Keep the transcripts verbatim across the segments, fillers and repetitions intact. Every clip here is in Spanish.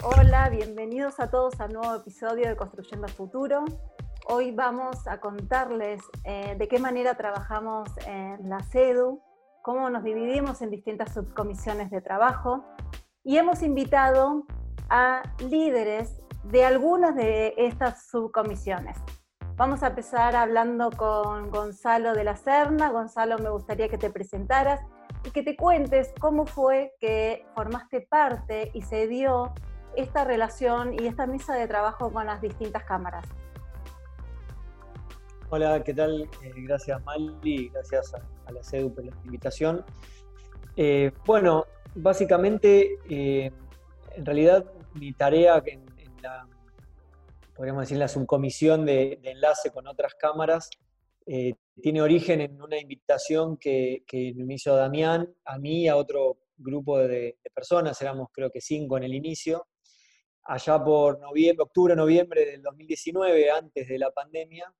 Hola, bienvenidos a todos al nuevo episodio de Construyendo el Futuro. Hoy vamos a contarles eh, de qué manera trabajamos en la CEDU, cómo nos dividimos en distintas subcomisiones de trabajo y hemos invitado a líderes de algunas de estas subcomisiones. Vamos a empezar hablando con Gonzalo de la Serna. Gonzalo, me gustaría que te presentaras y que te cuentes cómo fue que formaste parte y se dio esta relación y esta mesa de trabajo con las distintas cámaras. Hola, ¿qué tal? Eh, gracias Mali, gracias a, a la CEDU por la invitación. Eh, bueno, básicamente, eh, en realidad mi tarea en, en la, podríamos decir, la subcomisión de, de enlace con otras cámaras eh, tiene origen en una invitación que, que me hizo Damián, a mí y a otro grupo de, de personas, éramos creo que cinco en el inicio, allá por noviembre, octubre, noviembre del dos mil diecinueve, antes de la pandemia,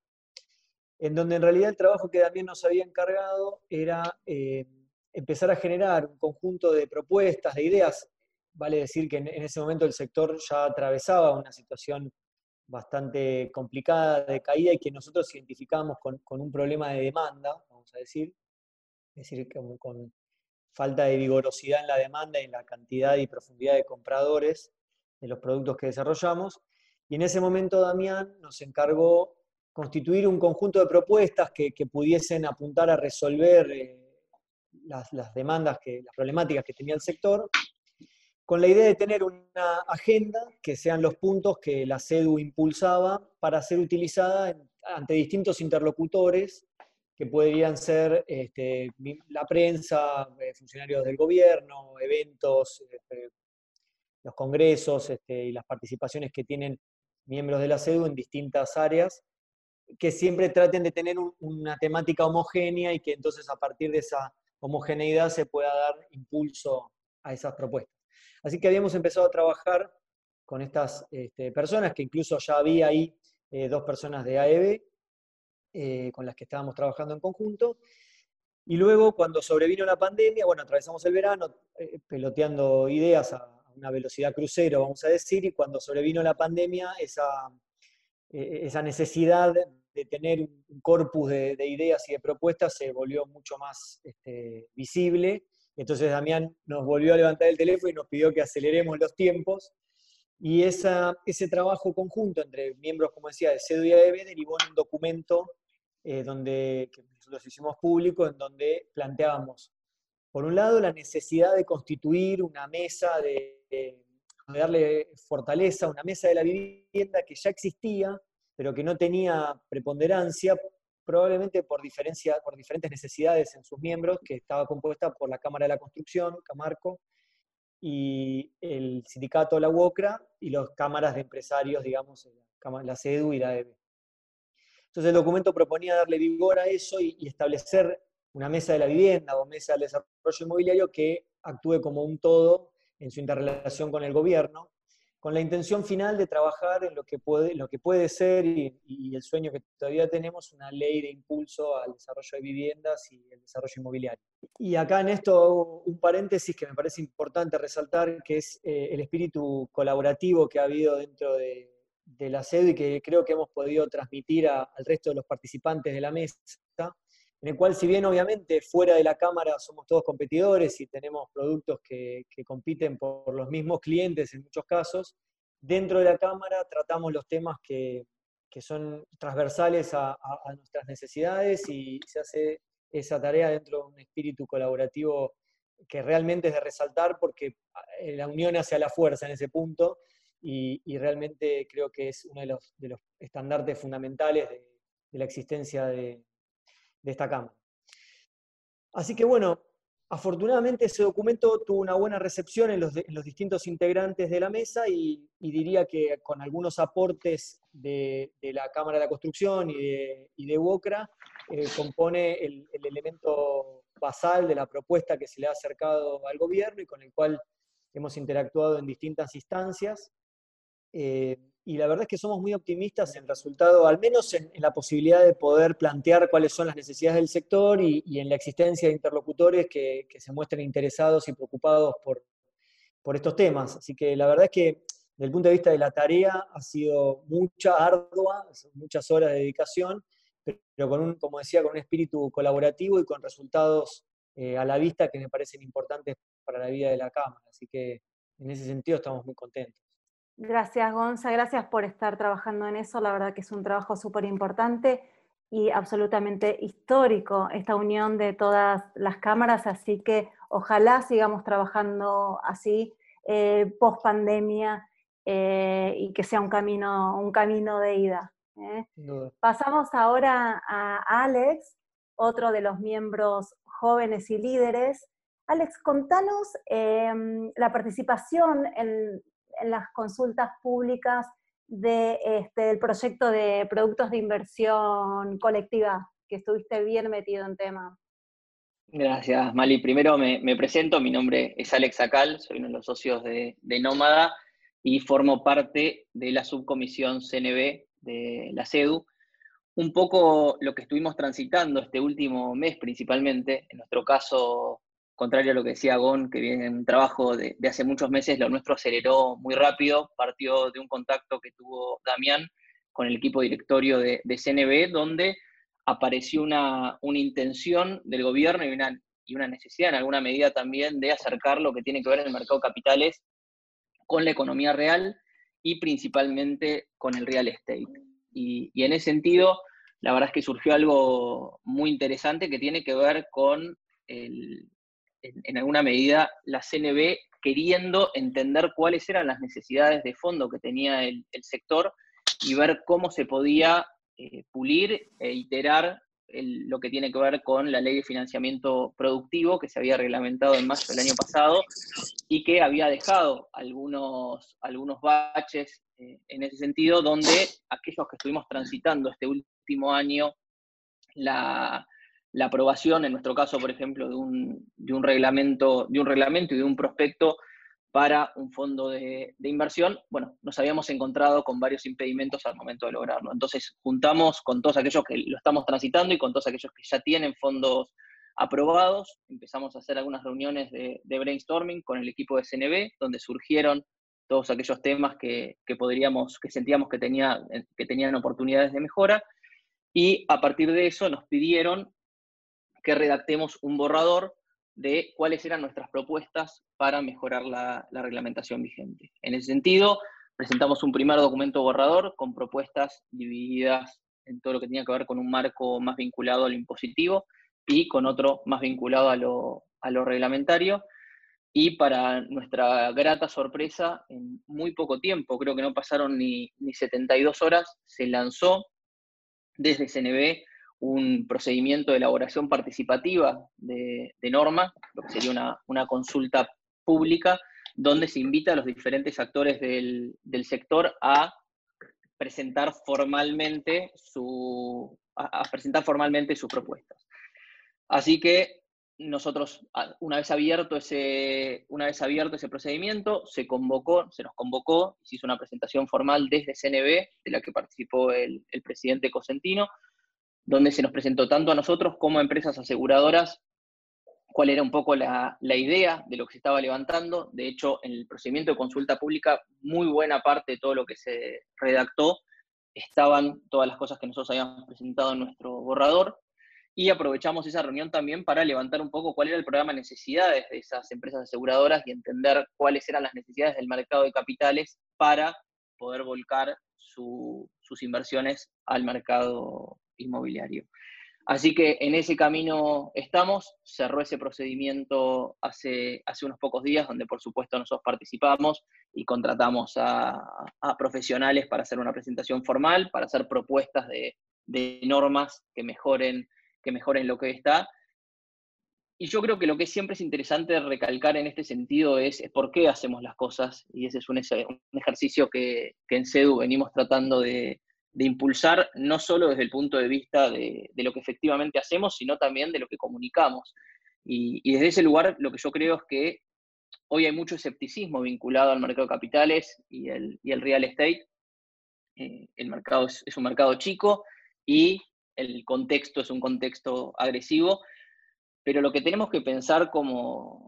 en donde en realidad el trabajo que Damián nos había encargado era eh, empezar a generar un conjunto de propuestas, de ideas. Vale decir que en, en ese momento el sector ya atravesaba una situación bastante complicada de caída y que nosotros identificábamos con, con un problema de demanda, vamos a decir, es decir, con, con falta de vigorosidad en la demanda y en la cantidad y profundidad de compradores de los productos que desarrollamos. Y en ese momento Damián nos encargó constituir un conjunto de propuestas que, que pudiesen apuntar a resolver eh, las, las demandas, que, las problemáticas que tenía el sector, con la idea de tener una agenda que sean los puntos que la CEDU impulsaba para ser utilizada en, ante distintos interlocutores que podrían ser este, la prensa, eh, funcionarios del gobierno, eventos, este, los congresos este, y las participaciones que tienen miembros de la CEDU en distintas áreas, que siempre traten de tener un, una temática homogénea y que entonces a partir de esa homogeneidad se pueda dar impulso a esas propuestas. Así que habíamos empezado a trabajar con estas este, personas, que incluso ya había ahí eh, dos personas de A E B, eh, con las que estábamos trabajando en conjunto. Y luego, cuando sobrevino la pandemia, bueno, atravesamos el verano eh, peloteando ideas a, a una velocidad crucero, vamos a decir, y cuando sobrevino la pandemia, esa, eh, esa necesidad de tener un corpus de, de, ideas y de propuestas se volvió mucho más este, visible. Entonces Damián nos volvió a levantar el teléfono y nos pidió que aceleremos los tiempos. Y esa, ese trabajo conjunto entre miembros, como decía, de CEDU y A E B derivó en un documento eh, donde, que nosotros hicimos público, en donde planteábamos, por un lado, la necesidad de constituir una mesa, de, de, de darle fortaleza, una mesa de la vivienda que ya existía, pero que no tenía preponderancia, probablemente por, diferencia, por diferentes necesidades en sus miembros, que estaba compuesta por la Cámara de la Construcción, Camarco, y el sindicato La UOCRA, y las cámaras de empresarios, digamos, la CEDU y la A E B. Entonces el documento proponía darle vigor a eso y, y establecer una mesa de la vivienda o mesa del desarrollo inmobiliario que actúe como un todo en su interrelación con el gobierno, con la intención final de trabajar en lo que puede, lo que puede ser y, y el sueño que todavía tenemos, una ley de impulso al desarrollo de viviendas y el desarrollo inmobiliario. Y acá en esto hago un paréntesis que me parece importante resaltar, que es eh, el espíritu colaborativo que ha habido dentro de, de la CEDU y que creo que hemos podido transmitir a, al resto de los participantes de la mesa, en el cual, si bien obviamente fuera de la Cámara somos todos competidores y tenemos productos que, que compiten por los mismos clientes en muchos casos, dentro de la Cámara tratamos los temas que, que son transversales a, a, a nuestras necesidades y se hace esa tarea dentro de un espíritu colaborativo que realmente es de resaltar, porque la unión hace a la fuerza en ese punto y, y realmente creo que es uno de los, de los estandartes fundamentales de, de la existencia de, de esta Cámara. Así que bueno, afortunadamente ese documento tuvo una buena recepción en los, de, en los distintos integrantes de la mesa y, y diría que con algunos aportes de, de la Cámara de la Construcción y de, y de UOCRA, eh, compone el, el elemento basal de la propuesta que se le ha acercado al gobierno y con el cual hemos interactuado en distintas instancias. Eh, y la verdad es que somos muy optimistas en el resultado, al menos en, en la posibilidad de poder plantear cuáles son las necesidades del sector y, y en la existencia de interlocutores que, que se muestren interesados y preocupados por, por estos temas. Así que la verdad es que desde el punto de vista de la tarea ha sido mucha, ardua, muchas horas de dedicación, pero con un, como decía, con un espíritu colaborativo y con resultados eh, a la vista que me parecen importantes para la vida de la Cámara. Así que en ese sentido estamos muy contentos. Gracias, Gonza, gracias por estar trabajando en eso. La verdad que es un trabajo súper importante y absolutamente histórico esta unión de todas las cámaras, así que ojalá sigamos trabajando así eh, post pandemia eh, y que sea un camino, un camino de ida. ¿eh? Sin duda. Pasamos ahora a Alex, otro de los miembros jóvenes y líderes. Alex, contanos eh, la participación en en las consultas públicas de, este, del proyecto de productos de inversión colectiva, que estuviste bien metido en tema. Gracias, Mali. Primero me, me presento, mi nombre es Alex Acal, soy uno de los socios de, de Nómada y formo parte de la subcomisión C N B de la CEDU. Un poco lo que estuvimos transitando este último mes principalmente, en nuestro caso, contrario a lo que decía Gon, que viene en un trabajo de, de hace muchos meses, lo nuestro aceleró muy rápido, partió de un contacto que tuvo Damián con el equipo directorio de, de C N B, donde apareció una, una intención del gobierno y una, y una necesidad en alguna medida también de acercar lo que tiene que ver en el mercado de capitales con la economía real y principalmente con el real estate. Y, y en ese sentido, la verdad es que surgió algo muy interesante que tiene que ver con, el, en, en alguna medida, la C N B queriendo entender cuáles eran las necesidades de fondo que tenía el, el sector y ver cómo se podía eh, pulir e iterar el, lo que tiene que ver con la ley de financiamiento productivo que se había reglamentado en marzo del año pasado y que había dejado algunos, algunos baches eh, en ese sentido, donde aquellos que estuvimos transitando este último año la, la aprobación, en nuestro caso, por ejemplo, de un, de un, reglamento, de un reglamento y de un prospecto para un fondo de, de inversión, bueno, nos habíamos encontrado con varios impedimentos al momento de lograrlo. Entonces, juntamos con todos aquellos que lo estamos transitando y con todos aquellos que ya tienen fondos aprobados, empezamos a hacer algunas reuniones de, de brainstorming con el equipo de C N B, donde surgieron todos aquellos temas que, que, podríamos, que sentíamos que, tenía, que tenían oportunidades de mejora, y a partir de eso nos pidieron que redactemos un borrador de cuáles eran nuestras propuestas para mejorar la, la reglamentación vigente. En ese sentido, presentamos un primer documento borrador con propuestas divididas en todo lo que tenía que ver con un marco más vinculado a lo impositivo y con otro más vinculado a lo, a lo reglamentario. Y para nuestra grata sorpresa, en muy poco tiempo, creo que no pasaron ni, ni setenta y dos horas, se lanzó desde C N B un procedimiento de elaboración participativa de, de norma, lo que sería una, una consulta pública, donde se invita a los diferentes actores del, del sector a presentar formalmente, su, a, a presentar formalmente sus propuestas. Así que nosotros, una vez abierto ese, una vez abierto ese procedimiento, se convocó, se nos convocó, se hizo una presentación formal desde C N B, de la que participó el, el presidente Cosentino, donde se nos presentó tanto a nosotros como a empresas aseguradoras cuál era un poco la, la idea de lo que se estaba levantando. De hecho, en el procedimiento de consulta pública, muy buena parte de todo lo que se redactó estaban todas las cosas que nosotros habíamos presentado en nuestro borrador, y aprovechamos esa reunión también para levantar un poco cuál era el programa de necesidades de esas empresas aseguradoras y entender cuáles eran las necesidades del mercado de capitales para poder volcar su, sus inversiones al mercado inmobiliario. Así que en ese camino estamos, cerró ese procedimiento hace, hace unos pocos días, donde por supuesto nosotros participamos y contratamos a, a profesionales para hacer una presentación formal, para hacer propuestas de, de normas que mejoren, que mejoren lo que está. Y yo creo que lo que siempre es interesante recalcar en este sentido es, es por qué hacemos las cosas, y ese es un, un ejercicio que, que en CEDU venimos tratando de, de impulsar, no solo desde el punto de vista de, de lo que efectivamente hacemos, sino también de lo que comunicamos. Y, y desde ese lugar lo que yo creo es que hoy hay mucho escepticismo vinculado al mercado de capitales y el, y el real estate. Eh, el mercado es, es un mercado chico y el contexto es un contexto agresivo, pero lo que tenemos que pensar como,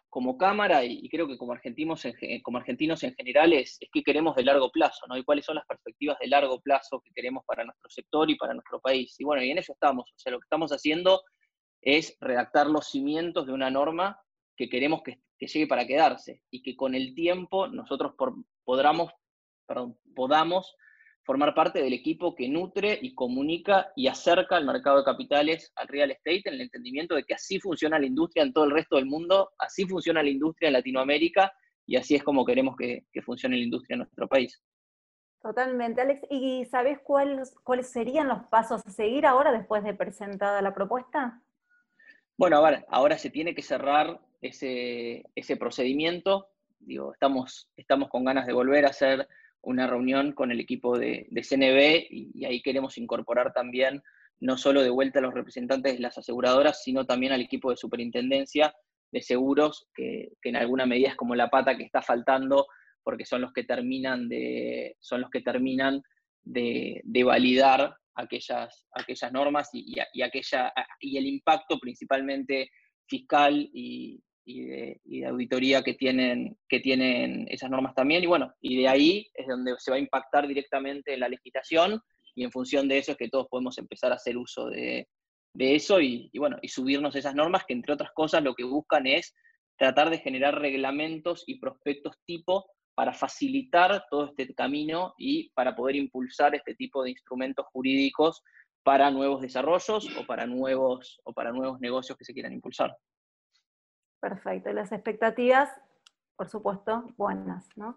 como Cámara y, y creo que como argentinos en, como argentinos en general es, es qué queremos de largo plazo, ¿no? Y cuáles son las perspectivas de largo plazo que queremos para nuestro sector y para nuestro país. Y bueno, y en eso estamos. O sea, lo que estamos haciendo es redactar los cimientos de una norma que queremos que, que llegue para quedarse y que con el tiempo nosotros por, podamos, perdón, podamos formar parte del equipo que nutre y comunica y acerca al mercado de capitales al real estate en el entendimiento de que así funciona la industria en todo el resto del mundo, así funciona la industria en Latinoamérica y así es como queremos que, que funcione la industria en nuestro país. Totalmente, Alex. ¿Y sabes cuáles, cuáles serían los pasos a seguir ahora después de presentada la propuesta? Bueno, a ver, ahora se tiene que cerrar ese, ese procedimiento. Digo, estamos, estamos con ganas de volver a hacer una reunión con el equipo de, de C N B y, y ahí queremos incorporar también no solo de vuelta a los representantes de las aseguradoras, sino también al equipo de superintendencia de seguros, que, que en alguna medida es como la pata que está faltando, porque son los que terminan de, son los que terminan de, de validar aquellas, aquellas normas y, y, y, aquella, y el impacto principalmente fiscal y, y, de, y de auditoría que tienen, que tienen esas normas también. Y bueno, y de ahí es donde se va a impactar directamente la legislación y en función de eso es que todos podemos empezar a hacer uso de, de eso y, y bueno, y subirnos esas normas que entre otras cosas lo que buscan es tratar de generar reglamentos y prospectos tipo para facilitar todo este camino y para poder impulsar este tipo de instrumentos jurídicos para nuevos desarrollos o para nuevos, o para nuevos negocios que se quieran impulsar. Perfecto. Y las expectativas, por supuesto, buenas, ¿no?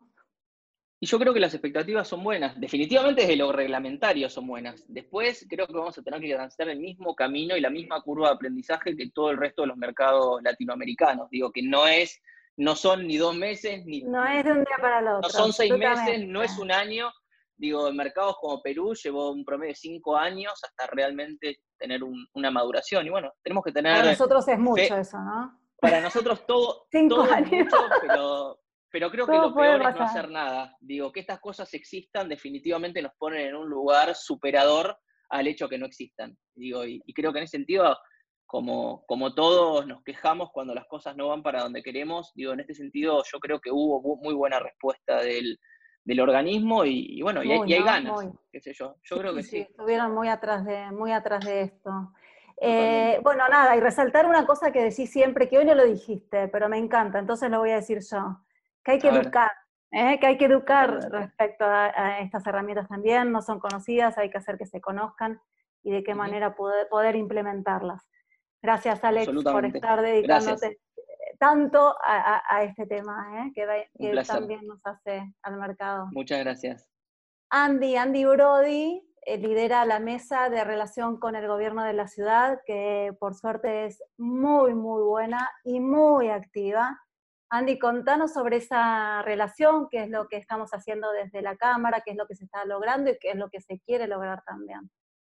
Y yo creo que las expectativas son buenas. Definitivamente desde lo reglamentario son buenas. Después creo que vamos a tener que transitar el mismo camino y la misma curva de aprendizaje que todo el resto de los mercados latinoamericanos. Digo que no es... No son ni dos meses, ni... No es de un día para el otro. No son seis meses, no es un año. Digo, en mercados como Perú llevó un promedio de cinco años hasta realmente tener un, una maduración. Y bueno, tenemos que tener... Para nosotros es mucho fe. Eso, ¿no? Para nosotros todo, cinco todo años. es mucho, pero, pero creo que lo peor es no hacer nada. Digo, que estas cosas existan definitivamente nos ponen en un lugar superador al hecho que no existan. Digo, y, y creo que en ese sentido... Como, como todos nos quejamos cuando las cosas no van para donde queremos, digo, en este sentido yo creo que hubo muy buena respuesta del, del organismo y, y bueno, y hay, y hay ¿no? ganas, Muy. qué sé yo, yo sí, creo que sí. sí. Estuvieron muy atrás de, muy atrás de esto. Eh, bueno, nada, y resaltar una cosa que decís siempre, que hoy no lo dijiste, pero me encanta, entonces lo voy a decir yo, que hay que a educar, ¿eh? que hay que educar Totalmente. respecto a, a estas herramientas también, no son conocidas, hay que hacer que se conozcan y de qué uh-huh. manera poder, poder implementarlas. Gracias, Alex, por estar dedicándote Gracias. tanto a, a, a este tema, ¿eh? que, que también nos hace al mercado. Muchas gracias. Andy, Andy Brody eh, lidera la mesa de relación con el gobierno de la ciudad, que por suerte es muy, muy buena y muy activa. Andy, contanos sobre esa relación, qué es lo que estamos haciendo desde la Cámara, qué es lo que se está logrando y qué es lo que se quiere lograr también.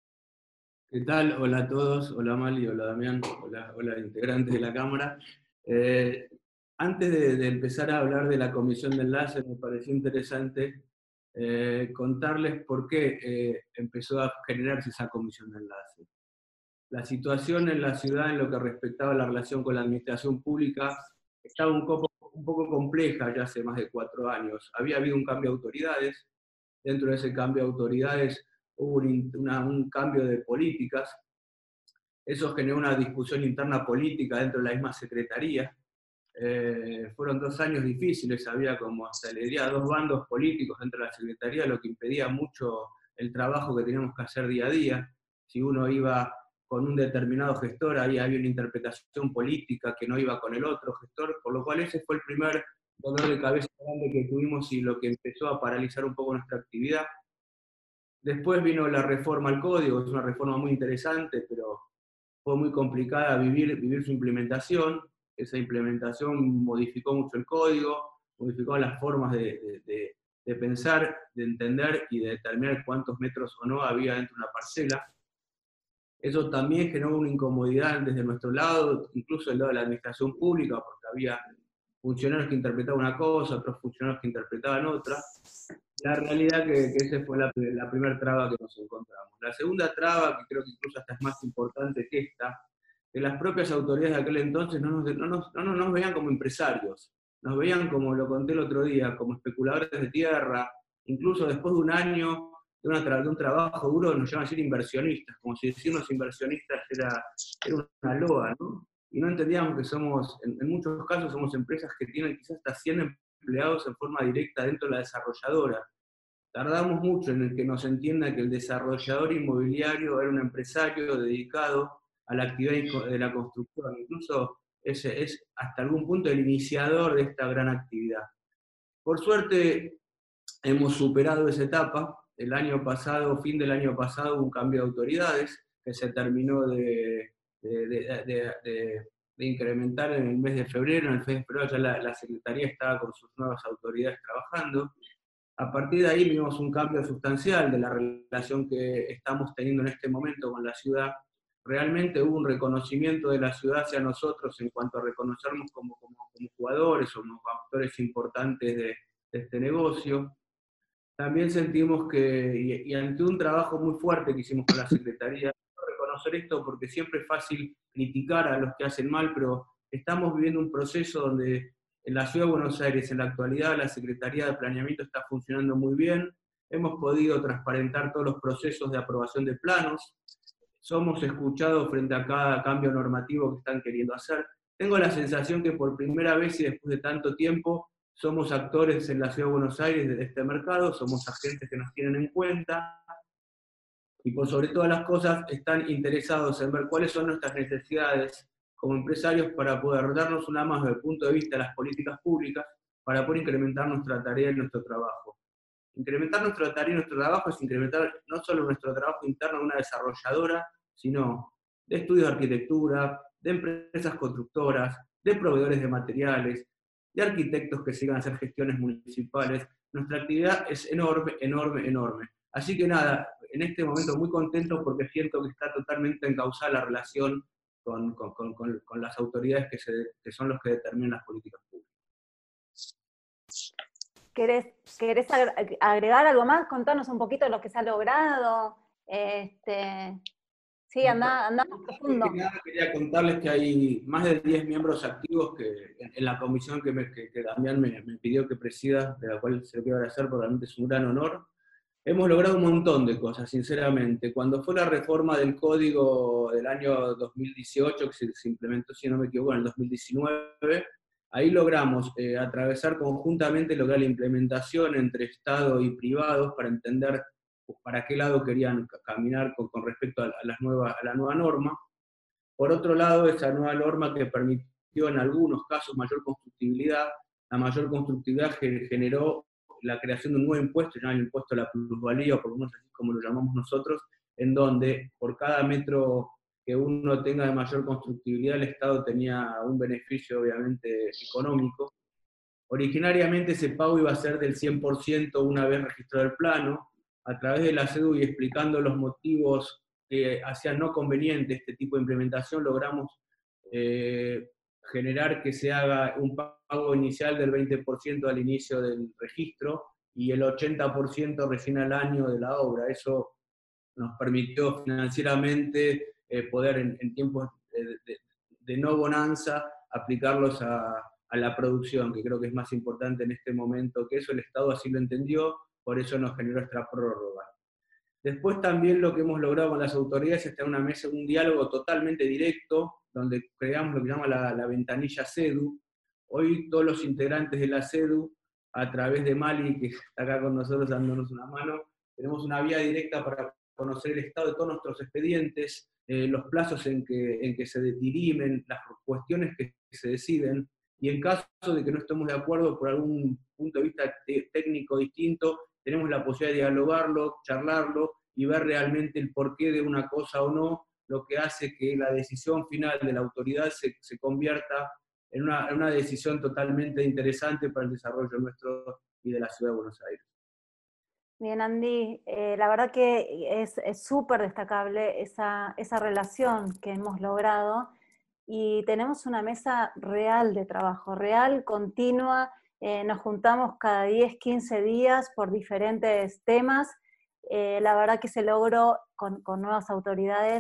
¿Qué tal? Hola a todos, hola Mali, hola Damián, hola, hola integrantes de la Cámara. Eh, antes de, de empezar a hablar de la comisión de enlace, me pareció interesante eh, contarles por qué eh, empezó a generarse esa comisión de enlace. La situación en la ciudad en lo que respectaba a la relación con la administración pública estaba un poco, un poco compleja ya hace más de cuatro años. Había habido un cambio de autoridades, dentro de ese cambio de autoridades hubo un, una, un cambio de políticas, eso generó una discusión interna política dentro de la misma secretaría. Eh, fueron dos años difíciles, había como hasta le diría dos bandos políticos dentro de la secretaría, lo que impedía mucho el trabajo que teníamos que hacer día a día. Si uno iba con un determinado gestor, ahí había una interpretación política que no iba con el otro gestor, por lo cual ese fue el primer dolor de cabeza grande que tuvimos y lo que empezó a paralizar un poco nuestra actividad. Después vino la reforma al código, es una reforma muy interesante, pero fue muy complicada vivir, vivir su implementación. Esa implementación modificó mucho el código, modificó las formas de, de, de pensar, de entender y de determinar cuántos metros o no había dentro de una parcela. Eso también generó una incomodidad desde nuestro lado, incluso del lado de la administración pública, porque había funcionarios que interpretaban una cosa, otros funcionarios que interpretaban otra. La realidad que, que esa fue la, la primera traba que nos encontramos. La segunda traba, que creo que incluso hasta es más importante que esta, que las propias autoridades de aquel entonces no nos, no nos, no nos veían como empresarios, nos veían, como lo conté el otro día, como especuladores de tierra, incluso después de un año de, una tra de un trabajo duro nos llaman a decir inversionistas, como si decirnos inversionistas era, era una loa, ¿no? Y no entendíamos que somos, en, en muchos casos somos empresas que tienen quizás hasta cien empleados en forma directa dentro de la desarrolladora. Tardamos mucho en el que nos entienda que el desarrollador inmobiliario era un empresario dedicado a la actividad de la construcción, incluso es, es hasta algún punto el iniciador de esta gran actividad. Por suerte hemos superado esa etapa. El año pasado, fin del año pasado, hubo un cambio de autoridades que se terminó de, de, de, de, de, de incrementar en el mes de febrero. En el mes de febrero ya la, la Secretaría estaba con sus nuevas autoridades trabajando. A partir de ahí vimos un cambio sustancial de la relación que estamos teniendo en este momento con la ciudad. Realmente hubo un reconocimiento de la ciudad hacia nosotros en cuanto a reconocernos como, como, como jugadores o como actores importantes de, de este negocio. También sentimos que, y, y ante un trabajo muy fuerte que hicimos con la Secretaría, reconocer esto porque siempre es fácil criticar a los que hacen mal, pero estamos viviendo un proceso donde en la Ciudad de Buenos Aires, en la actualidad, la Secretaría de Planeamiento está funcionando muy bien, hemos podido transparentar todos los procesos de aprobación de planos, somos escuchados frente a cada cambio normativo que están queriendo hacer. Tengo la sensación que por primera vez y después de tanto tiempo, somos actores en la Ciudad de Buenos Aires de este mercado, somos agentes que nos tienen en cuenta, y por sobre todas las cosas están interesados en ver cuáles son nuestras necesidades como empresarios para poder darnos una mano desde el punto de vista de las políticas públicas, para poder incrementar nuestra tarea y nuestro trabajo. Incrementar nuestra tarea y nuestro trabajo es incrementar no solo nuestro trabajo interno de una desarrolladora, sino de estudios de arquitectura, de empresas constructoras, de proveedores de materiales, de arquitectos que sigan a hacer gestiones municipales. Nuestra actividad es enorme, enorme, enorme. Así que nada, en este momento muy contento porque siento que está totalmente encauzada la relación con, con, con, con las autoridades que, se, que son los que determinan las políticas públicas. ¿Querés, ¿Querés agregar algo más? Contanos un poquito de lo que se ha logrado. Este, sí, anda, anda más profundo. Nada, quería contarles que hay más de diez miembros activos que, en, en la comisión que, me, que, que Damián me, me pidió que presida, de la cual se lo quiero agradecer, porque realmente es un gran honor. Hemos logrado un montón de cosas, sinceramente. Cuando fue la reforma del código del año dos mil dieciocho, que se, se implementó, si no me equivoco, en el dos mil diecinueve, ahí logramos eh, atravesar conjuntamente lo que era la implementación entre Estado y privados para entender para qué lado querían caminar con, con respecto a, a, las nuevas, a la nueva norma. Por otro lado, esa nueva norma que permitió en algunos casos mayor constructibilidad, la mayor constructividad generó la creación de un nuevo impuesto, llamado el impuesto a la plusvalía, o por lo menos así como lo llamamos nosotros, en donde por cada metro que uno tenga de mayor constructibilidad, el Estado tenía un beneficio obviamente económico. Originariamente ese pago iba a ser del cien por ciento una vez registrado el plano. A través de la C E D U y explicando los motivos que hacían no conveniente este tipo de implementación, logramos eh, generar que se haga un pago inicial del veinte por ciento al inicio del registro y el ochenta por ciento recién al año de la obra. Eso nos permitió financieramente eh, poder en, en tiempos de, de, de no bonanza aplicarlos a, a la producción, que creo que es más importante en este momento que eso. El Estado así lo entendió, por eso nos generó esta prórroga. Después también lo que hemos logrado con las autoridades es tener una mesa, un diálogo totalmente directo, donde creamos lo que llama la, la ventanilla C E D U. Hoy todos los integrantes de la C E D U, a través de Mali, que está acá con nosotros dándonos una mano, tenemos una vía directa para conocer el estado de todos nuestros expedientes, eh, los plazos en que, en que se dirimen, las cuestiones que se deciden, y en caso de que no estemos de acuerdo por algún punto de vista técnico distinto, tenemos la posibilidad de dialogarlo, charlarlo y ver realmente el porqué de una cosa o no, lo que hace que la decisión final de la autoridad se, se convierta en una, en una decisión totalmente interesante para el desarrollo nuestro y de la Ciudad de Buenos Aires. Bien, Andy, eh, la verdad que es súper destacable esa, esa relación que hemos logrado y tenemos una mesa real de trabajo, real, continua. Eh, nos juntamos cada diez, quince días por diferentes temas. Eh, la verdad que ese logro con, con nuevas autoridades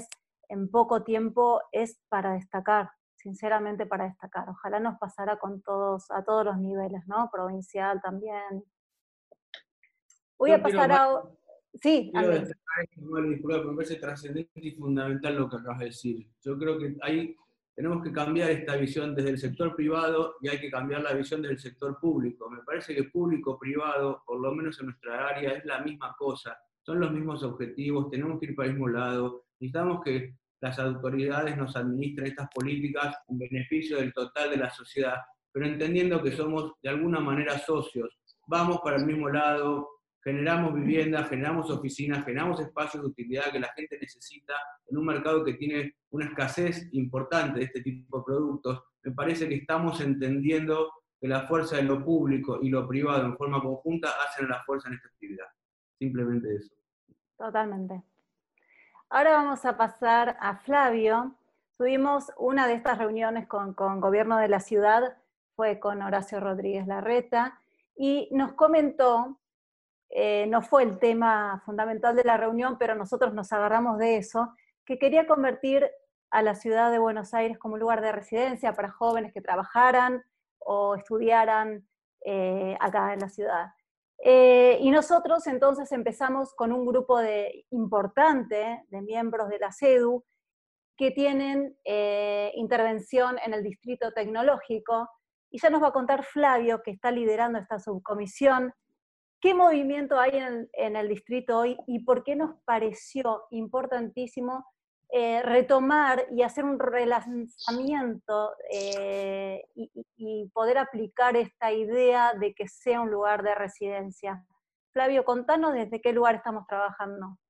en poco tiempo es para destacar, sinceramente para destacar. Ojalá nos pasara con todos, a todos los niveles, ¿no? Provincial también. Voy Yo a pasar quiero, a... Sí, quiero Andrés. destacar esto, Mali, disculpa, me parece trascendente y fundamental lo que acabas de decir. Yo creo que ahí tenemos que cambiar esta visión desde el sector privado y hay que cambiar la visión del sector público. Me parece que público-privado, por lo menos en nuestra área, es la misma cosa. Son los mismos objetivos, tenemos que ir para el mismo lado. Necesitamos que las autoridades nos administren estas políticas en beneficio del total de la sociedad, pero entendiendo que somos de alguna manera socios. Vamos para el mismo lado, generamos vivienda, generamos oficinas, generamos espacios de utilidad que la gente necesita en un mercado que tiene una escasez importante de este tipo de productos. Me parece que estamos entendiendo que la fuerza de lo público y lo privado en forma conjunta hacen la fuerza en esta actividad. Simplemente eso. Totalmente. Ahora vamos a pasar a Flavio. Tuvimos una de estas reuniones con, con Gobierno de la Ciudad, fue con Horacio Rodríguez Larreta, y nos comentó, eh, no fue el tema fundamental de la reunión, pero nosotros nos agarramos de eso, que quería convertir a la ciudad de Buenos Aires como un lugar de residencia para jóvenes que trabajaran o estudiaran eh, acá en la ciudad. Eh, y nosotros entonces empezamos con un grupo de, importante de miembros de la CEDU que tienen eh, intervención en el distrito tecnológico, y ya nos va a contar Flavio, que está liderando esta subcomisión, qué movimiento hay en el, en el distrito hoy y por qué nos pareció importantísimo eh, retomar y hacer un relanzamiento eh, y, y poder aplicar esta idea de que sea un lugar de residencia. Flavio, contanos desde qué lugar estamos trabajando.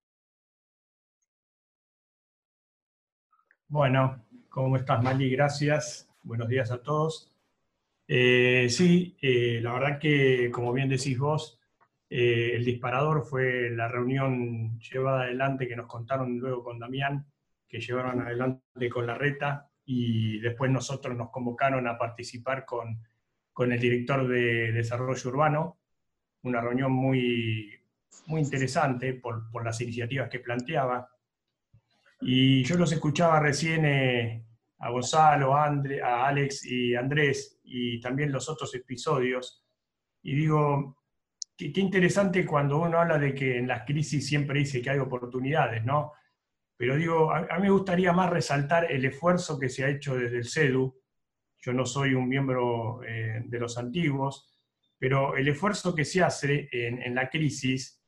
Bueno, ¿cómo estás, Mali? Gracias. Buenos días a todos. Eh, sí, eh, la verdad que, como bien decís vos, eh, el disparador fue la reunión llevada adelante que nos contaron luego con Damián, que llevaron adelante con Larreta, y después nosotros nos convocaron a participar con, con el director de Desarrollo Urbano, una reunión muy, muy interesante por, por las iniciativas que planteaba. Y yo los escuchaba recién eh, a Gonzalo, a, Andre, a Alex y Andrés, y también los otros episodios, y digo, qué, qué interesante cuando uno habla de que en las crisis siempre dice que hay oportunidades, ¿no? Pero digo, a, a mí me gustaría más resaltar el esfuerzo que se ha hecho desde el CEDU. Yo no soy un miembro eh, de los antiguos, pero el esfuerzo que se hace en, en la crisis,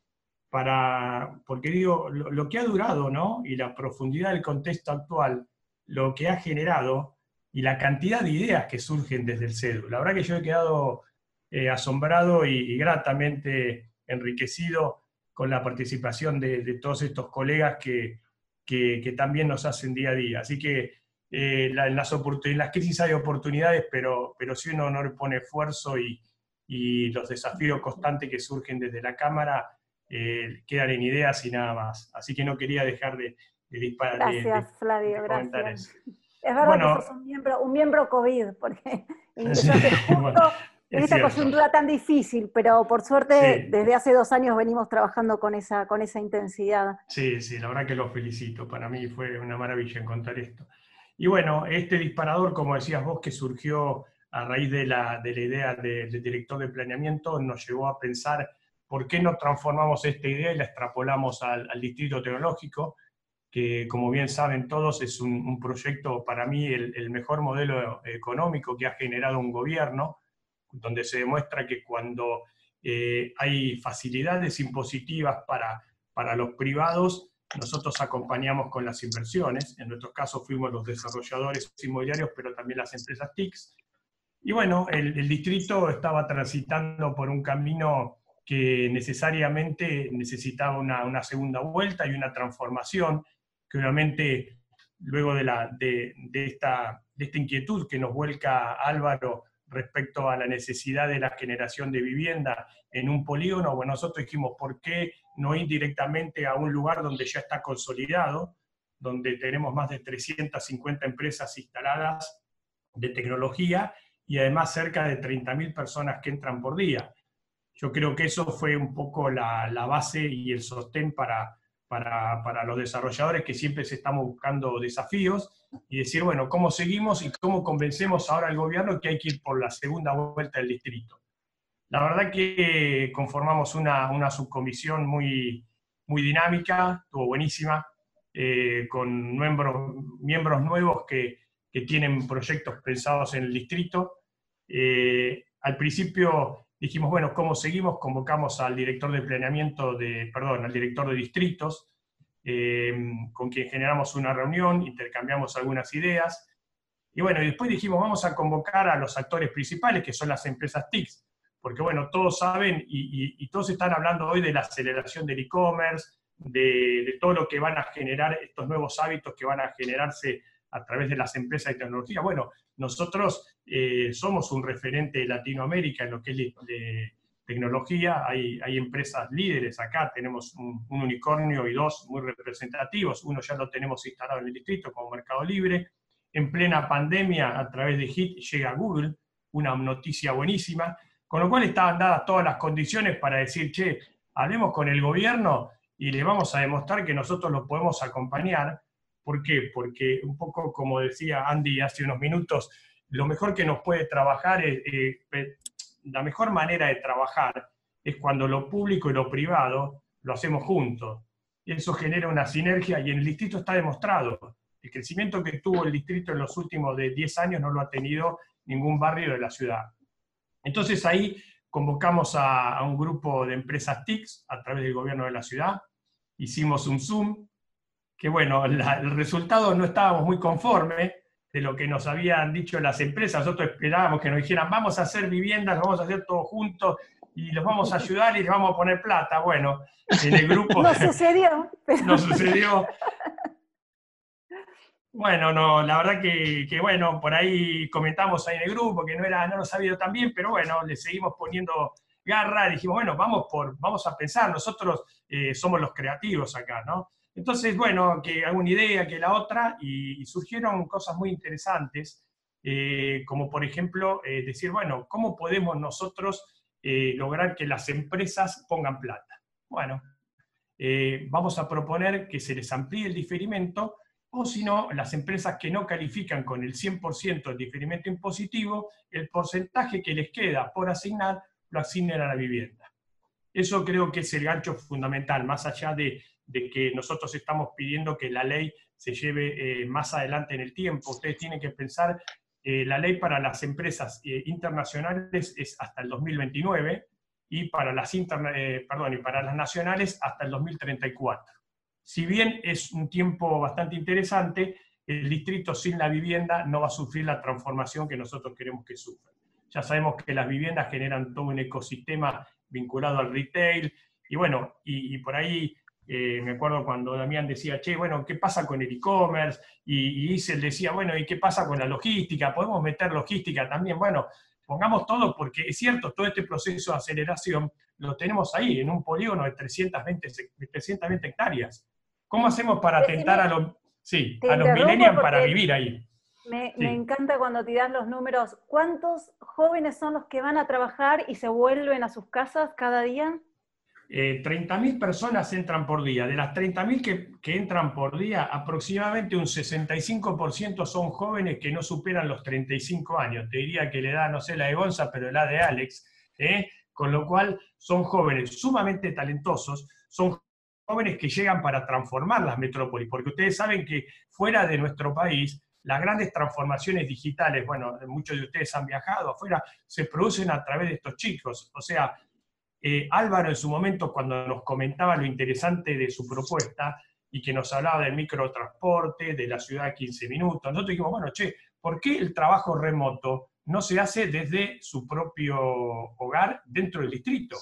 para, porque digo, lo, lo que ha durado, ¿no? Y la profundidad del contexto actual, lo que ha generado, y la cantidad de ideas que surgen desde el CEDU. La verdad que yo he quedado eh, asombrado y, y gratamente enriquecido con la participación de, de todos estos colegas que, que, que también nos hacen día a día. Así que eh, la, en, las en las crisis hay oportunidades, pero, pero si uno no le pone esfuerzo y, y los desafíos constantes que surgen desde la Cámara, eh, quedan en ideas y nada más. Así que no quería dejar de, de disparar. Gracias, de, de, Flavio, de gracias. Eso. Es verdad bueno, que sos un miembro, un miembro COVID, porque sí, justo bueno, en esta cierto. coyuntura tan difícil, pero por suerte Sí. desde hace dos años venimos trabajando con esa, con esa intensidad. Sí, sí, la verdad que los felicito. Para mí fue una maravilla encontrar esto. Y bueno, este disparador, como decías vos, que surgió a raíz de la, de la idea de, del director de planeamiento, nos llevó a pensar por qué no transformamos esta idea y la extrapolamos al, al distrito tecnológico, que como bien saben todos es un, un proyecto, para mí, el, el mejor modelo económico que ha generado un gobierno, donde se demuestra que cuando eh, hay facilidades impositivas para, para los privados, nosotros acompañamos con las inversiones. En nuestro caso fuimos los desarrolladores inmobiliarios, pero también las empresas T I Cs. Y bueno, el, el distrito estaba transitando por un camino que necesariamente necesitaba una, una segunda vuelta y una transformación, que obviamente luego de, la, de, de, esta, de esta inquietud que nos vuelca Álvaro respecto a la necesidad de la generación de vivienda en un polígono, bueno, nosotros dijimos, ¿por qué no ir directamente a un lugar donde ya está consolidado, donde tenemos más de trescientas cincuenta empresas instaladas de tecnología y además cerca de treinta mil personas que entran por día? Yo creo que eso fue un poco la, la base y el sostén para, para, para los desarrolladores que siempre se estamos buscando desafíos, y decir, bueno, ¿cómo seguimos y cómo convencemos ahora al gobierno que hay que ir por la segunda vuelta del distrito? La verdad que conformamos una, una subcomisión muy, muy dinámica, estuvo buenísima, eh, con miembros, miembros nuevos que, que tienen proyectos pensados en el distrito. Eh, al principio dijimos, bueno, ¿cómo seguimos? Convocamos al director de planeamiento, de, perdón, al director de distritos, eh, con quien generamos una reunión, intercambiamos algunas ideas, y bueno, y después dijimos, vamos a convocar a los actores principales, que son las empresas T I C, porque bueno, todos saben, y, y, y todos están hablando hoy de la aceleración del e-commerce, de, de todo lo que van a generar, estos nuevos hábitos que van a generarse a través de las empresas de tecnología. Bueno, nosotros eh, somos un referente de Latinoamérica en lo que es de, de tecnología, hay, hay empresas líderes acá, tenemos un, un unicornio y dos muy representativos, uno ya lo tenemos instalado en el distrito como Mercado Libre. En plena pandemia, a través de Hit, llega Google, una noticia buenísima, con lo cual estaban dadas todas las condiciones para decir, che, hablemos con el gobierno y le vamos a demostrar que nosotros lo podemos acompañar. ¿Por qué? Porque un poco como decía Andy hace unos minutos, lo mejor que nos puede trabajar, es, eh, la mejor manera de trabajar es cuando lo público y lo privado lo hacemos juntos. Y eso genera una sinergia y en el distrito está demostrado. El crecimiento que tuvo el distrito en los últimos de diez años no lo ha tenido ningún barrio de la ciudad. Entonces ahí convocamos a, a un grupo de empresas T I C a través del gobierno de la ciudad, hicimos un Zoom, que bueno, la, el resultado no estábamos muy conformes de lo que nos habían dicho las empresas. Nosotros esperábamos que nos dijeran, vamos a hacer viviendas, lo vamos a hacer todos juntos, y los vamos a ayudar y les vamos a poner plata. Bueno, en el grupo... No sucedió. Pero... No sucedió. Bueno, no, la verdad que, que, bueno, por ahí comentamos ahí en el grupo que no, era, no nos ha ido tan bien, pero bueno, le seguimos poniendo garra, dijimos, bueno, vamos, por, vamos a pensar, nosotros eh, somos los creativos acá, ¿no? Entonces, bueno, que alguna idea, que la otra, y, y surgieron cosas muy interesantes, eh, como por ejemplo, eh, decir, bueno, ¿cómo podemos nosotros eh, lograr que las empresas pongan plata? Bueno, eh, vamos a proponer que se les amplíe el diferimento, o si no, las empresas que no califican con el cien por ciento del diferimento impositivo, el porcentaje que les queda por asignar, lo asignen a la vivienda. Eso creo que es el gancho fundamental, más allá de, de que nosotros estamos pidiendo que la ley se lleve eh, más adelante en el tiempo. Ustedes tienen que pensar, eh, la ley para las empresas eh, internacionales es hasta el dos mil veintinueve, y para las, interna eh, perdón, y para las nacionales hasta el dos mil treinta y cuatro. Si bien es un tiempo bastante interesante, el distrito sin la vivienda no va a sufrir la transformación que nosotros queremos que sufra. Ya sabemos que las viviendas generan todo un ecosistema vinculado al retail, y bueno, y, y por ahí eh, me acuerdo cuando Damián decía, che, bueno, ¿qué pasa con el e-commerce? Y, y Isel decía, bueno, ¿y qué pasa con la logística? ¿Podemos meter logística también? Bueno, pongamos todo, porque es cierto, todo este proceso de aceleración lo tenemos ahí, en un polígono de trescientas veinte hectáreas. ¿Cómo hacemos para atentar a los, sí, a los millennials para vivir ahí? Me, sí. me encanta cuando tirás los números. ¿Cuántos jóvenes son los que van a trabajar y se vuelven a sus casas cada día? Eh, treinta mil personas entran por día. De las treinta mil que, que entran por día, aproximadamente un sesenta y cinco por ciento son jóvenes que no superan los treinta y cinco años. Te diría que la edad, no sé la de Gonza, pero la de Alex. ¿eh? Con lo cual son jóvenes sumamente talentosos, son jóvenes que llegan para transformar las metrópolis, porque ustedes saben que fuera de nuestro país, las grandes transformaciones digitales, bueno, muchos de ustedes han viajado afuera, se producen a través de estos chicos. O sea, eh, Álvaro en su momento, cuando nos comentaba lo interesante de su propuesta, y que nos hablaba del microtransporte, de la ciudad a quince minutos, nosotros dijimos, bueno, che, ¿por qué el trabajo remoto no se hace desde su propio hogar dentro del distrito?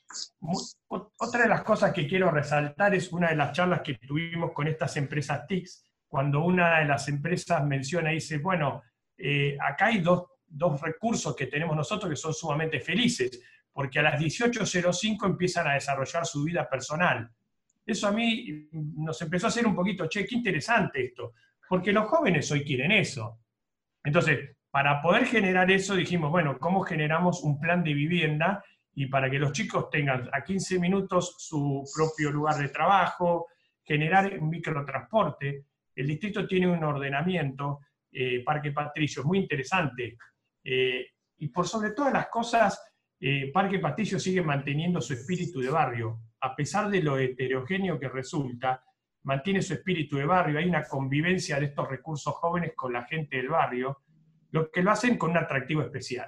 Otra de las cosas que quiero resaltar es una de las charlas que tuvimos con estas empresas T I C, cuando una de las empresas menciona y dice, bueno, eh, acá hay dos, dos recursos que tenemos nosotros que son sumamente felices, porque a las dieciocho cero cinco empiezan a desarrollar su vida personal. Eso a mí nos empezó a hacer un poquito, che, qué interesante esto, porque los jóvenes hoy quieren eso. Entonces, para poder generar eso, dijimos, bueno, ¿cómo generamos un plan de vivienda? Y para que los chicos tengan a quince minutos su propio lugar de trabajo, generar un microtransporte. El distrito tiene un ordenamiento, eh, Parque Patricio, muy interesante. Eh, y por sobre todas las cosas, eh, Parque Patricio sigue manteniendo su espíritu de barrio. A pesar de lo heterogéneo que resulta, mantiene su espíritu de barrio. Hay una convivencia de estos recursos jóvenes con la gente del barrio, lo que lo hacen con un atractivo especial.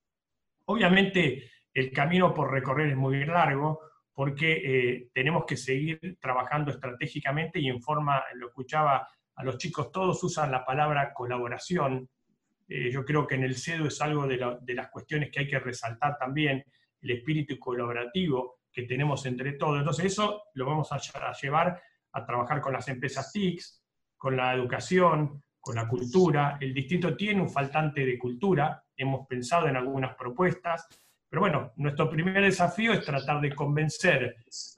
Obviamente, el camino por recorrer es muy largo, porque eh, tenemos que seguir trabajando estratégicamente y en forma, lo escuchaba a los chicos, todos usan la palabra colaboración. Eh, yo creo que en el CEDU es algo de, la, de las cuestiones que hay que resaltar también, el espíritu colaborativo que tenemos entre todos. Entonces eso lo vamos a, a llevar a trabajar con las empresas T I Cs, con la educación, con la cultura. El distrito tiene un faltante de cultura, hemos pensado en algunas propuestas, pero bueno, nuestro primer desafío es tratar de convencer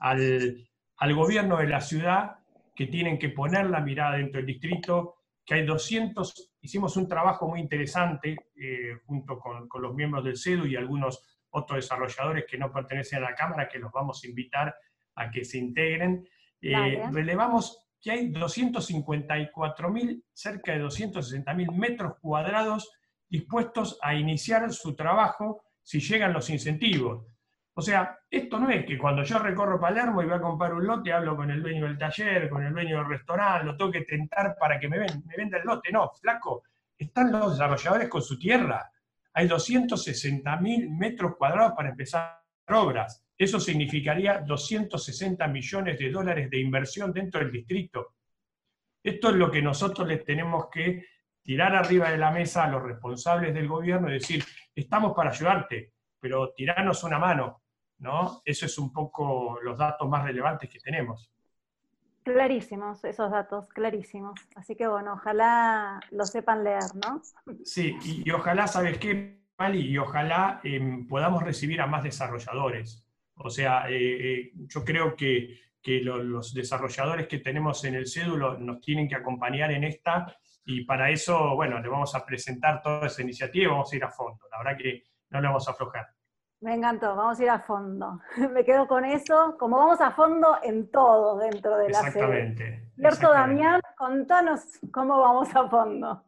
al, al gobierno de la ciudad que tienen que poner la mirada dentro del distrito, que hay doscientos, hicimos un trabajo muy interesante eh, junto con, con los miembros del CEDU y algunos otros desarrolladores que no pertenecen a la Cámara, que los vamos a invitar a que se integren. Eh, relevamos que hay doscientos cincuenta y cuatro mil, cerca de doscientos sesenta mil metros cuadrados dispuestos a iniciar su trabajo si llegan los incentivos. O sea, esto no es que cuando yo recorro Palermo y voy a comprar un lote, hablo con el dueño del taller, con el dueño del restaurante, lo tengo que tentar para que me, ven, me venda el lote. No, flaco, están los desarrolladores con su tierra. Hay doscientos sesenta mil metros cuadrados para empezar obras. Eso significaría doscientos sesenta millones de dólares de inversión dentro del distrito. Esto es lo que nosotros les tenemos que tirar arriba de la mesa a los responsables del gobierno y decir, estamos para ayudarte, pero tirarnos una mano, ¿no? Eso es un poco los datos más relevantes que tenemos. Clarísimos esos datos, clarísimos. Así que bueno, ojalá lo sepan leer, ¿no? Sí, y, y ojalá, ¿sabes qué, Mali? Y ojalá eh, podamos recibir a más desarrolladores. O sea, eh, eh, yo creo que, que lo, los desarrolladores que tenemos en el CEDU nos tienen que acompañar en esta, y para eso, bueno, le vamos a presentar toda esa iniciativa y vamos a ir a fondo. La verdad que no le vamos a aflojar. Me encantó, vamos a ir a fondo. Me quedo con eso, como vamos a fondo en todo dentro de la serie. Exactamente. Cierto, Damián, contanos cómo vamos a fondo.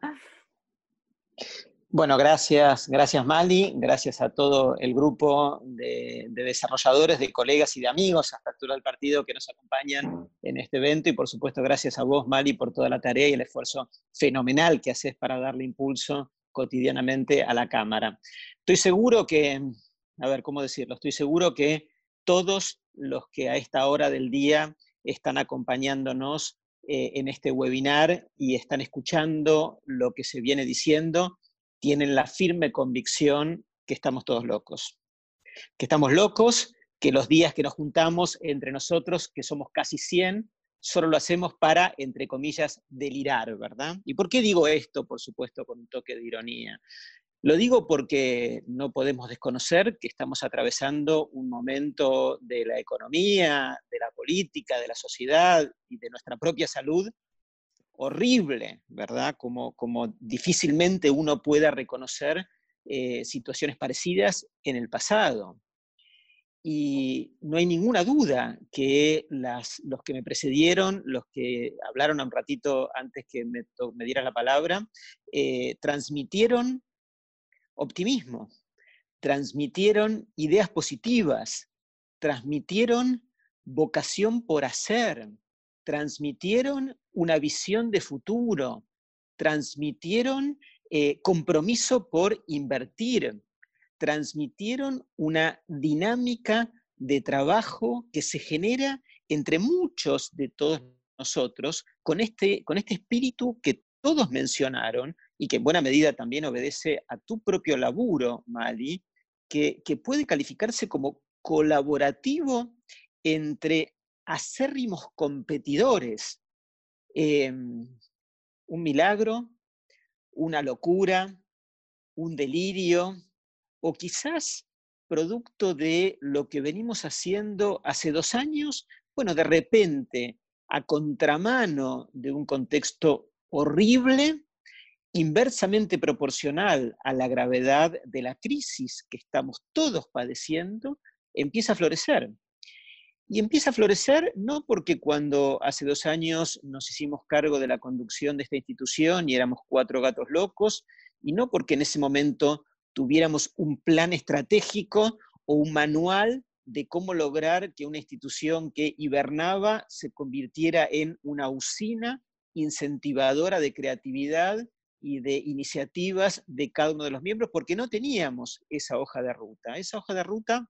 Bueno, gracias, gracias Mali, gracias a todo el grupo de, de desarrolladores, de colegas y de amigos a Fractura del Partido que nos acompañan en este evento, y por supuesto gracias a vos, Mali, por toda la tarea y el esfuerzo fenomenal que haces para darle impulso cotidianamente a la Cámara. Estoy seguro que, a ver, ¿cómo decirlo? Estoy seguro que todos los que a esta hora del día están acompañándonos eh, en este webinar y están escuchando lo que se viene diciendo, tienen la firme convicción que estamos todos locos. Que estamos locos, que los días que nos juntamos entre nosotros, que somos casi cien, solo lo hacemos para, entre comillas, delirar, ¿verdad? ¿Y por qué digo esto? Por supuesto, con un toque de ironía. Lo digo porque no podemos desconocer que estamos atravesando un momento de la economía, de la política, de la sociedad y de nuestra propia salud horrible, ¿verdad? Como, como difícilmente uno pueda reconocer eh, situaciones parecidas en el pasado. Y no hay ninguna duda que las, los que me precedieron, los que hablaron un ratito antes que me, me dieras la palabra, eh, transmitieron optimismo, transmitieron ideas positivas, transmitieron vocación por hacer, transmitieron una visión de futuro, transmitieron eh, compromiso por invertir, transmitieron una dinámica de trabajo que se genera entre muchos de todos nosotros con este, con este espíritu que todos mencionaron y que en buena medida también obedece a tu propio laburo, Mali, que, que puede calificarse como colaborativo entre acérrimos competidores. Eh, un milagro, una locura, un delirio, o quizás producto de lo que venimos haciendo hace dos años, bueno, de repente, a contramano de un contexto horrible, inversamente proporcional a la gravedad de la crisis que estamos todos padeciendo, empieza a florecer. Y empieza a florecer no porque cuando hace dos años nos hicimos cargo de la conducción de esta institución y éramos cuatro gatos locos, y no porque en ese momento tuviéramos un plan estratégico o un manual de cómo lograr que una institución que hibernaba se convirtiera en una usina incentivadora de creatividad y de iniciativas de cada uno de los miembros, porque no teníamos esa hoja de ruta. Esa hoja de ruta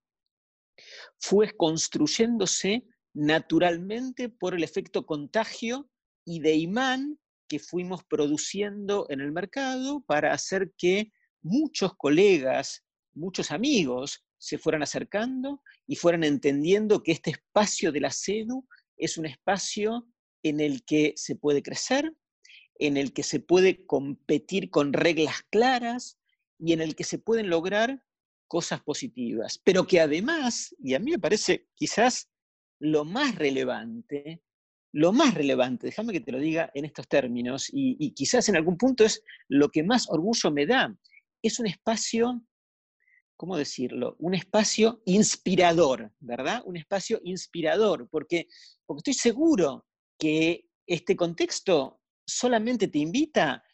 fue construyéndose naturalmente por el efecto contagio y de imán que fuimos produciendo en el mercado para hacer que muchos colegas, muchos amigos se fueran acercando y fueran entendiendo que este espacio de la SEDU es un espacio en el que se puede crecer, en el que se puede competir con reglas claras y en el que se pueden lograr cosas positivas, pero que además, y a mí me parece quizás lo más relevante, lo más relevante, déjame que te lo diga en estos términos, y, y quizás en algún punto es lo que más orgullo me da, es un espacio, ¿cómo decirlo? Un espacio inspirador, ¿verdad? Un espacio inspirador, porque, porque estoy seguro que este contexto solamente te invita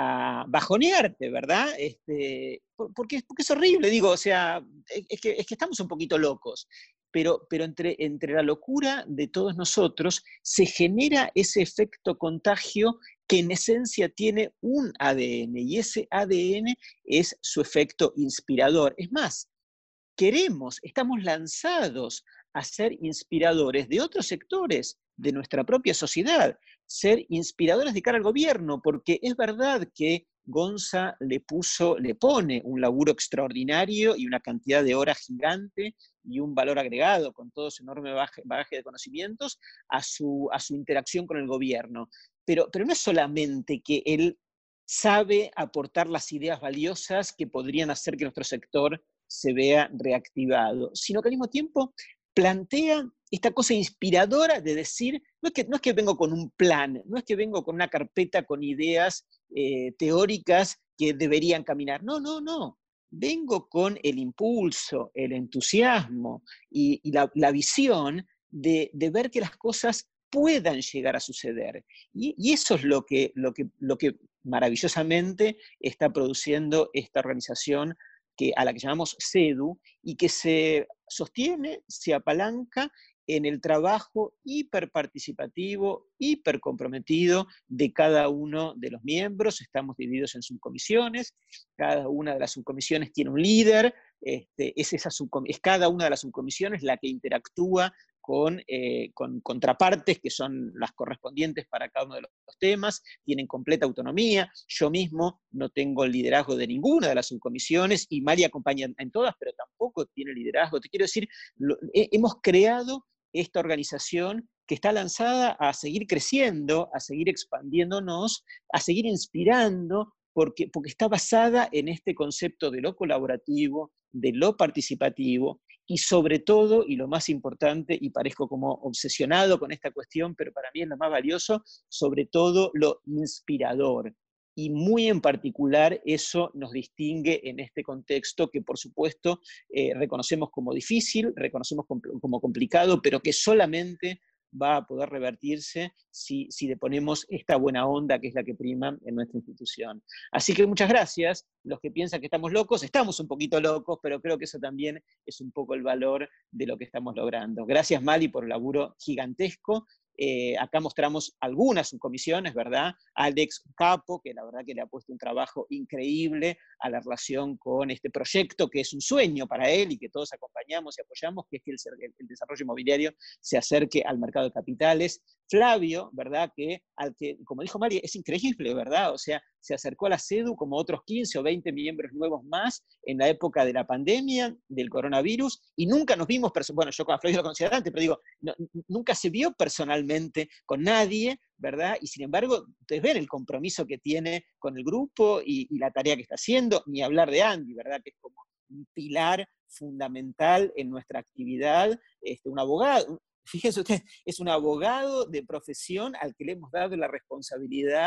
a bajonearte, ¿verdad? Este, porque, porque es horrible, digo, o sea, es que, es que estamos un poquito locos, pero, pero entre, entre la locura de todos nosotros se genera ese efecto contagio que en esencia tiene un A D N, y ese A D N es su efecto inspirador. Es más, queremos, estamos lanzados a ser inspiradores de otros sectores de nuestra propia sociedad, ser inspiradores de cara al gobierno, porque es verdad que Gonza le puso, le pone un laburo extraordinario y una cantidad de horas gigante y un valor agregado con todo su enorme bagaje, bagaje de conocimientos a su, a su interacción con el gobierno. Pero, pero no es solamente que él sabe aportar las ideas valiosas que podrían hacer que nuestro sector se vea reactivado, sino que al mismo tiempo plantea esta cosa inspiradora de decir, no es que, no es que vengo con un plan, no es que vengo con una carpeta con ideas eh, teóricas que deberían caminar, no, no, no, vengo con el impulso, el entusiasmo y, y la, la visión de, de ver que las cosas puedan llegar a suceder. Y, y eso es lo que, lo, que, lo que maravillosamente está produciendo esta organización que, a la que llamamos SEDU, y que se sostiene, se apalanca en el trabajo hiperparticipativo, hipercomprometido de cada uno de los miembros. Estamos divididos en subcomisiones, cada una de las subcomisiones tiene un líder, este, es, esa es cada una de las subcomisiones la que interactúa Con, eh, con contrapartes que son las correspondientes para cada uno de los temas, tienen completa autonomía. Yo mismo no tengo el liderazgo de ninguna de las subcomisiones y Mali acompaña en todas, pero tampoco tiene liderazgo. Te quiero decir, lo, he, hemos creado esta organización que está lanzada a seguir creciendo, a seguir expandiéndonos, a seguir inspirando, porque, porque está basada en este concepto de lo colaborativo, de lo participativo, y sobre todo, y lo más importante, y parezco como obsesionado con esta cuestión, pero para mí es lo más valioso, sobre todo lo inspirador. Y muy en particular eso nos distingue en este contexto que por supuesto eh, reconocemos como difícil, reconocemos como complicado, pero que solamente va a poder revertirse si, si le ponemos esta buena onda que es la que prima en nuestra institución. Así que muchas gracias. Los que piensan que estamos locos, estamos un poquito locos, pero creo que eso también es un poco el valor de lo que estamos logrando. Gracias, Mali, por el laburo gigantesco. Eh, acá mostramos algunas subcomisiones, ¿verdad? Alex Capo, que la verdad que le ha puesto un trabajo increíble a la relación con este proyecto, que es un sueño para él y que todos acompañamos y apoyamos, que es que el, el desarrollo inmobiliario se acerque al mercado de capitales. Flavio, ¿verdad? Que, al que, como dijo Mari, es increíble, ¿verdad? O sea, se acercó a la SEDU como otros quince o veinte miembros nuevos más en la época de la pandemia, del coronavirus, y nunca nos vimos, bueno, yo con Flavio lo conocía antes, pero digo, no, nunca se vio personalmente con nadie, ¿verdad? Y sin embargo, ustedes ven el compromiso que tiene con el grupo y, y la tarea que está haciendo, ni hablar de Andy, ¿verdad? Que es como un pilar fundamental en nuestra actividad, este, un abogado. Fíjense ustedes, es un abogado de profesión al que le hemos dado la responsabilidad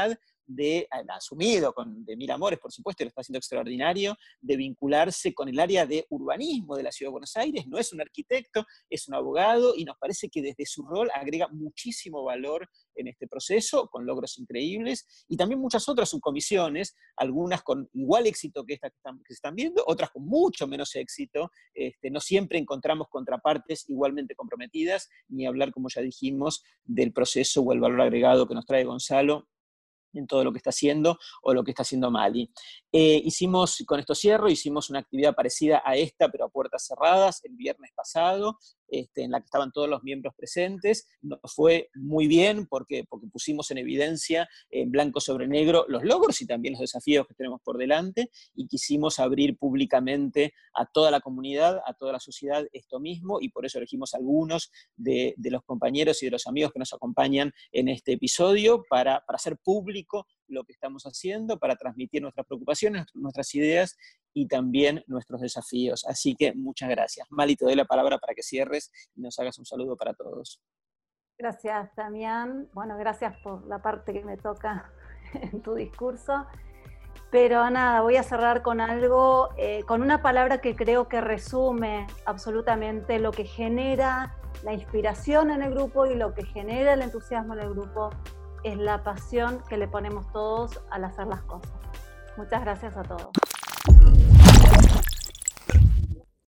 de, asumido con, de mil amores, por supuesto, y lo está haciendo extraordinario, de vincularse con el área de urbanismo de la Ciudad de Buenos Aires. No es un arquitecto, es un abogado, y nos parece que desde su rol agrega muchísimo valor en este proceso, con logros increíbles, y también muchas otras subcomisiones, algunas con igual éxito que estas que, están, que se están viendo, otras con mucho menos éxito. Este, no siempre encontramos contrapartes igualmente comprometidas, ni hablar, como ya dijimos, del proceso o el valor agregado que nos trae Gonzalo en todo lo que está haciendo o lo que está haciendo Mali. Eh, hicimos, con esto cierro, hicimos una actividad parecida a esta, pero a puertas cerradas, el viernes pasado, este, en la que estaban todos los miembros presentes. Nos fue muy bien porque, porque pusimos en evidencia, en blanco sobre negro, los logros y también los desafíos que tenemos por delante, y quisimos abrir públicamente a toda la comunidad, a toda la sociedad esto mismo, y por eso elegimos algunos de, de los compañeros y de los amigos que nos acompañan en este episodio para, para hacer público lo que estamos haciendo, para transmitir nuestras preocupaciones, nuestras ideas y también nuestros desafíos. Así que muchas gracias. Mali, te doy la palabra para que cierres y nos hagas un saludo para todos. Gracias, Damián. Bueno, gracias por la parte que me toca en tu discurso. Pero nada, voy a cerrar con algo, eh, con una palabra que creo que resume absolutamente lo que genera la inspiración en el grupo y lo que genera el entusiasmo en el grupo, es la pasión que le ponemos todos al hacer las cosas. Muchas gracias a todos.